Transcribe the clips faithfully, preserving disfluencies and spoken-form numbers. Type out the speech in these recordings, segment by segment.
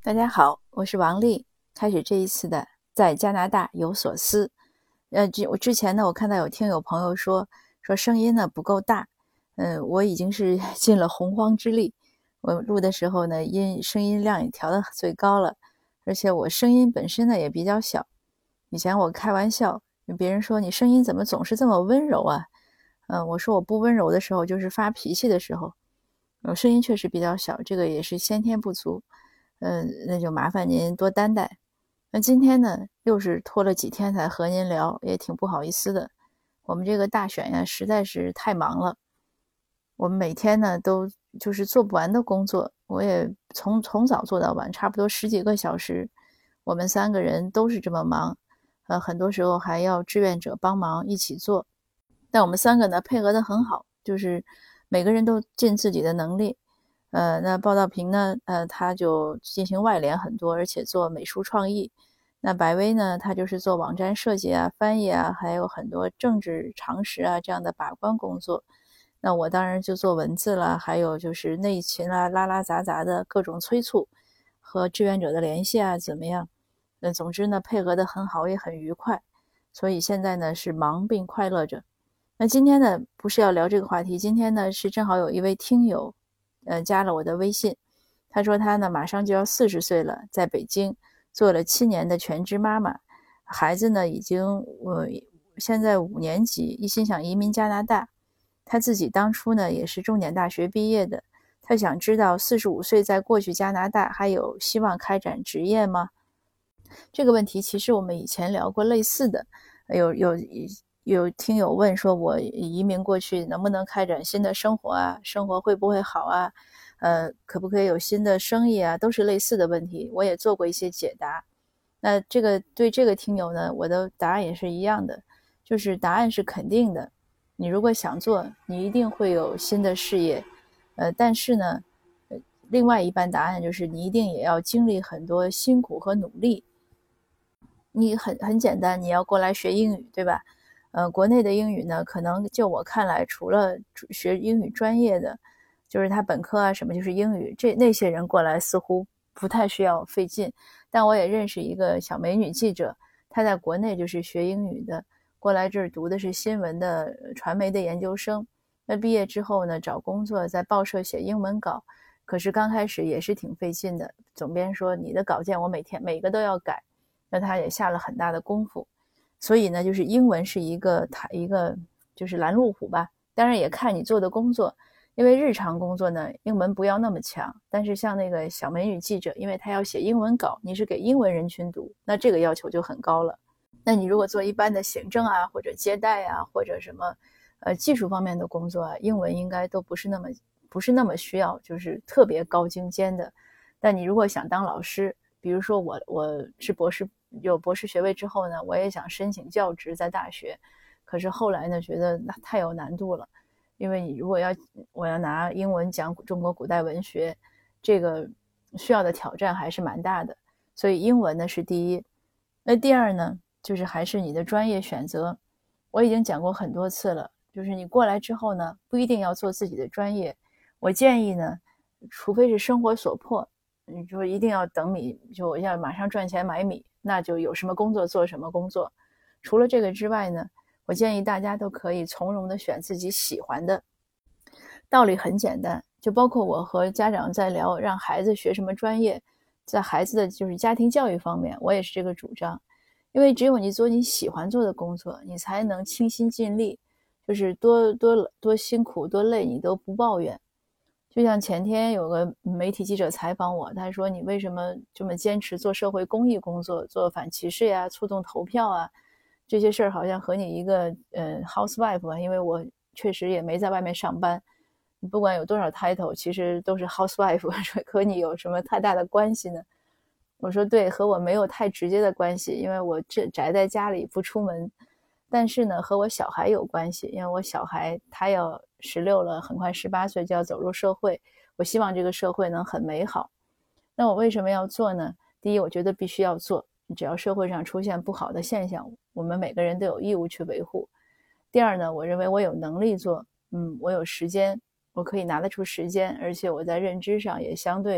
大家好，我是王丽，开始这一次的在加拿大有所思。呃，我之前呢，我看到有听友朋友说说声音呢不够大，嗯、呃，我已经是尽了洪荒之力，我录的时候呢，音声音量也调得最高了，而且我声音本身呢也比较小。以前我开玩笑，别人说你声音怎么总是这么温柔啊？嗯、呃，我说我不温柔的时候就是发脾气的时候，我声音确实比较小，这个也是先天不足。嗯，那就麻烦您多担待。那今天呢，又是拖了几天才和您聊，也挺不好意思的。我们这个大选呀，实在是太忙了。我们每天呢，都就是做不完的工作，我也从从早做到晚，差不多十几个小时。我们三个人都是这么忙，呃，很多时候还要志愿者帮忙一起做。但我们三个呢，配合得很好，就是每个人都尽自己的能力。呃，那鲍道平呢，呃，他就进行外联很多，而且做美术创意。那白薇呢，他就是做网站设计啊、翻译啊，还有很多政治常识啊这样的把关工作。那我当然就做文字了，还有就是内勤啊、拉拉杂杂的各种催促和志愿者的联系啊，怎么样？那总之呢，配合得很好，也很愉快。所以现在呢是忙并快乐着。那今天呢不是要聊这个话题，今天呢是正好有一位听友呃，加了我的微信，他说他呢马上就要四十岁了，在北京做了七年的全职妈妈，孩子呢已经呃现在五年级，一心想移民加拿大。他自己当初呢也是重点大学毕业的，他想知道四十五岁再过去加拿大还有希望开展职业吗？这个问题其实我们以前聊过类似的，有有有听友问说，我移民过去能不能开展新的生活啊？生活会不会好啊？呃，可不可以有新的生意啊？都是类似的问题，我也做过一些解答。那这个对这个听友呢，我的答案也是一样的，就是答案是肯定的。你如果想做，你一定会有新的事业。呃，但是呢，另外一半答案就是你一定也要经历很多辛苦和努力。你很很简单，你要过来学英语，对吧？呃，国内的英语呢，可能就我看来，除了学英语专业的，就是他本科啊什么就是英语，这那些人过来似乎不太需要费劲。但我也认识一个小美女记者，她在国内就是学英语的，过来这儿读的是新闻的传媒的研究生。那毕业之后呢，找工作在报社写英文稿，可是刚开始也是挺费劲的。总编说你的稿件我每天每个都要改。那他也下了很大的功夫，所以呢，就是英文是一个他一个就是拦路虎吧。当然也看你做的工作，因为日常工作呢，英文不要那么强。但是像那个小美女记者，因为她要写英文稿，你是给英文人群读，那这个要求就很高了。那你如果做一般的行政啊，或者接待啊，或者什么呃技术方面的工作啊，英文应该都不是那么不是那么需要，就是特别高精尖的。但你如果想当老师，比如说我我是博士，有博士学位之后呢，我也想申请教职在大学，可是后来呢，觉得那太有难度了，因为你如果要我要拿英文讲中国古代文学，这个需要的挑战还是蛮大的，所以英文呢是第一。那第二呢，就是还是你的专业选择。我已经讲过很多次了，就是你过来之后呢，不一定要做自己的专业，我建议呢，除非是生活所迫。你说一定要等米，就我要马上赚钱买米，那就有什么工作做什么工作。除了这个之外呢，我建议大家都可以从容的选自己喜欢的。道理很简单，就包括我和家长在聊让孩子学什么专业，在孩子的就是家庭教育方面，我也是这个主张。因为只有你做你喜欢做的工作，你才能倾心尽力，就是多多多辛苦多累你都不抱怨。就像前天有个媒体记者采访我，他说你为什么这么坚持做社会公益工作，做反歧视呀，促动投票啊，这些事儿好像和你一个呃 housewife 啊，因为我确实也没在外面上班，不管有多少 title 其实都是 housewife， 和你有什么太大的关系呢？我说对，和我没有太直接的关系，因为我这宅在家里不出门。但是呢，和我小孩有关系，因为我小孩他要十六了，很快十八岁就要走入社会，我希望这个社会能很美好。那我为什么要做呢？第一，我觉得必须要做，只要社会上出现不好的现象，我们每个人都有义务去维护。第二呢，我认为我有能力做，嗯，我有时间，我可以拿得出时间，而且我在认知上也相对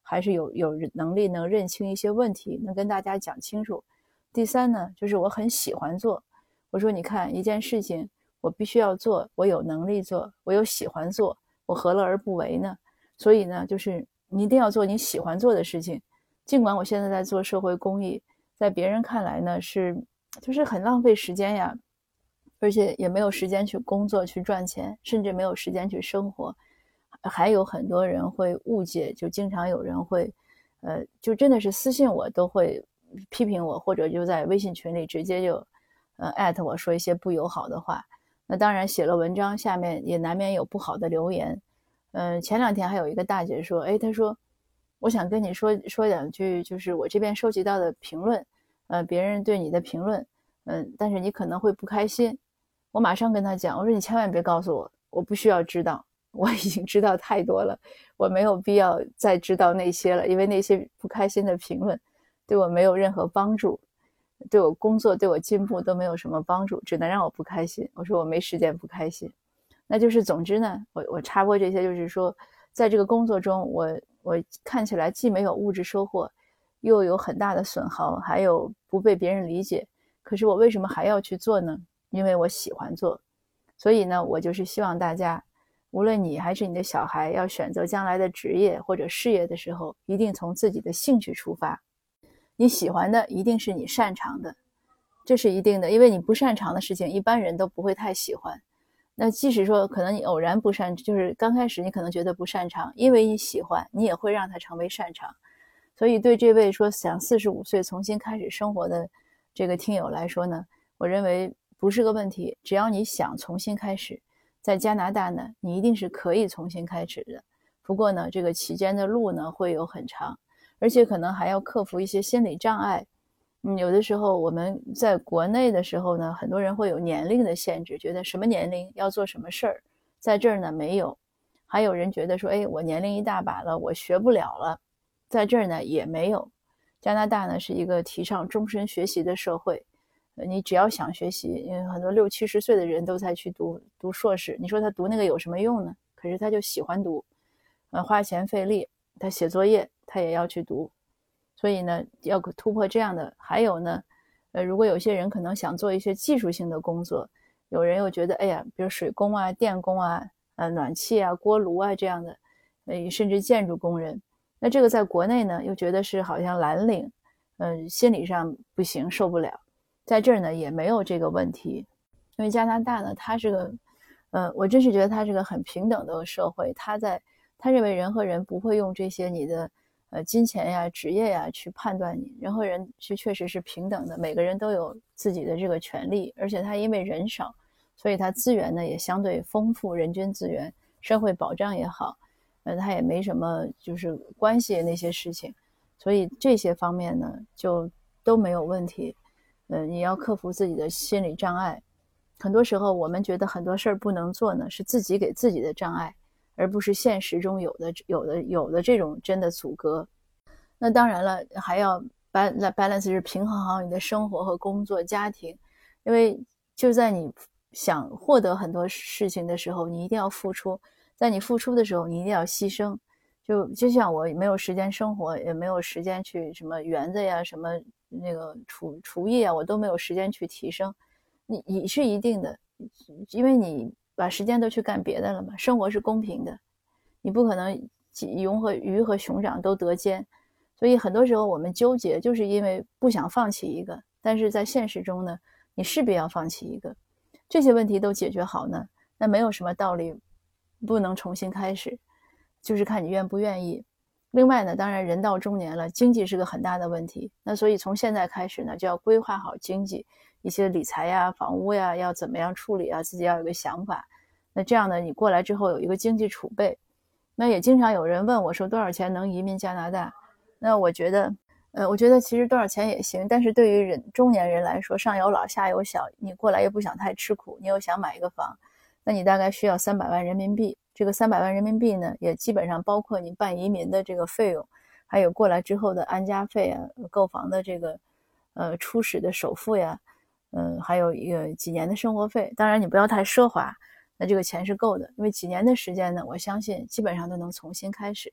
还是有有能力能认清一些问题，能跟大家讲清楚。第三呢，就是我很喜欢做。我说你看一件事情我必须要做，我有能力做，我又喜欢做，我何乐而不为呢？所以呢，就是你一定要做你喜欢做的事情。尽管我现在在做社会公益，在别人看来呢是就是很浪费时间呀，而且也没有时间去工作去赚钱，甚至没有时间去生活。还有很多人会误解，就经常有人会呃，就真的是私信我都会批评我，或者就在微信群里直接就呃艾特我说一些不友好的话。那当然写了文章下面也难免有不好的留言。嗯、呃，前两天还有一个大姐说，哎，她说我想跟你说说两句，就是我这边收集到的评论，呃，别人对你的评论，嗯、呃，但是你可能会不开心。我马上跟她讲，我说你千万别告诉我，我不需要知道，我已经知道太多了，我没有必要再知道那些了，因为那些不开心的评论对我没有任何帮助，对我工作对我进步都没有什么帮助，只能让我不开心。我说我没时间不开心。那就是总之呢，我我插播这些，就是说在这个工作中，我我看起来既没有物质收获，又有很大的损耗，还有不被别人理解。可是我为什么还要去做呢？因为我喜欢做。所以呢，我就是希望大家，无论你还是你的小孩，要选择将来的职业或者事业的时候，一定从自己的兴趣出发。你喜欢的一定是你擅长的，这是一定的，因为你不擅长的事情，一般人都不会太喜欢。那即使说可能你偶然不擅，就是刚开始你可能觉得不擅长，因为你喜欢，你也会让它成为擅长。所以对这位说想四十五岁重新开始生活的这个听友来说呢，我认为不是个问题，只要你想重新开始，在加拿大呢，你一定是可以重新开始的。不过呢，这个期间的路呢会有很长，而且可能还要克服一些心理障碍。嗯，有的时候我们在国内的时候呢，很多人会有年龄的限制，觉得什么年龄要做什么事儿，在这儿呢没有。还有人觉得说，哎，我年龄一大把了，我学不了了，在这儿呢也没有。加拿大呢是一个提倡终身学习的社会，你只要想学习，因为很多六七十岁的人都在去读读硕士，你说他读那个有什么用呢？可是他就喜欢读，呃，花钱费力，他写作业他也要去读。所以呢，要突破这样的。还有呢，呃，如果有些人可能想做一些技术性的工作，有人又觉得，哎呀，比如水工啊、电工啊、呃、暖气啊、锅炉啊这样的，呃，甚至建筑工人，那这个在国内呢，又觉得是好像蓝领，呃，心理上不行，受不了。在这儿呢，也没有这个问题，因为加拿大呢，它是个，呃，我真是觉得它是个很平等的社会，它在，他认为人和人不会用这些你的。呃，金钱呀、职业呀去判断你，人和人是确实是平等的，每个人都有自己的这个权利，而且他因为人少，所以他资源呢也相对丰富，人均资源、社会保障也好，呃，他也没什么就是关系那些事情，所以这些方面呢就都没有问题。呃，你要克服自己的心理障碍，很多时候我们觉得很多事儿不能做呢，是自己给自己的障碍。而不是现实中有的有的有的这种真的阻隔。那当然了，还要 balance 是平衡好你的生活和工作、家庭，因为就在你想获得很多事情的时候，你一定要付出；在你付出的时候，你一定要牺牲。就就像我没有时间生活，也没有时间去什么园子呀、什么那个厨厨艺啊，我都没有时间去提升。你你是一定的，因为你。把时间都去干别的了嘛，生活是公平的，你不可能鱼和鱼和熊掌都得兼，所以很多时候我们纠结就是因为不想放弃一个，但是在现实中呢，你势必要放弃一个。这些问题都解决好呢，那没有什么道理不能重新开始，就是看你愿不愿意。另外呢，当然人到中年了，经济是个很大的问题，那所以从现在开始呢，就要规划好经济，一些理财呀、房屋呀，要怎么样处理啊，自己要有个想法。那这样呢，你过来之后有一个经济储备。那也经常有人问我说多少钱能移民加拿大？那我觉得，呃，我觉得其实多少钱也行，但是对于人中年人来说，上有老下有小，你过来又不想太吃苦，你又想买一个房，那你大概需要三百万人民币。这个三百万人民币呢，也基本上包括你办移民的这个费用，还有过来之后的安家费啊，购房的这个呃初始的首付呀，嗯、呃，还有一个几年的生活费。当然你不要太奢华，那这个钱是够的，因为几年的时间呢，我相信基本上都能重新开始。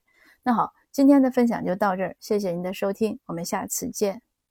那好，今天的分享就到这儿，谢谢您的收听，我们下次见。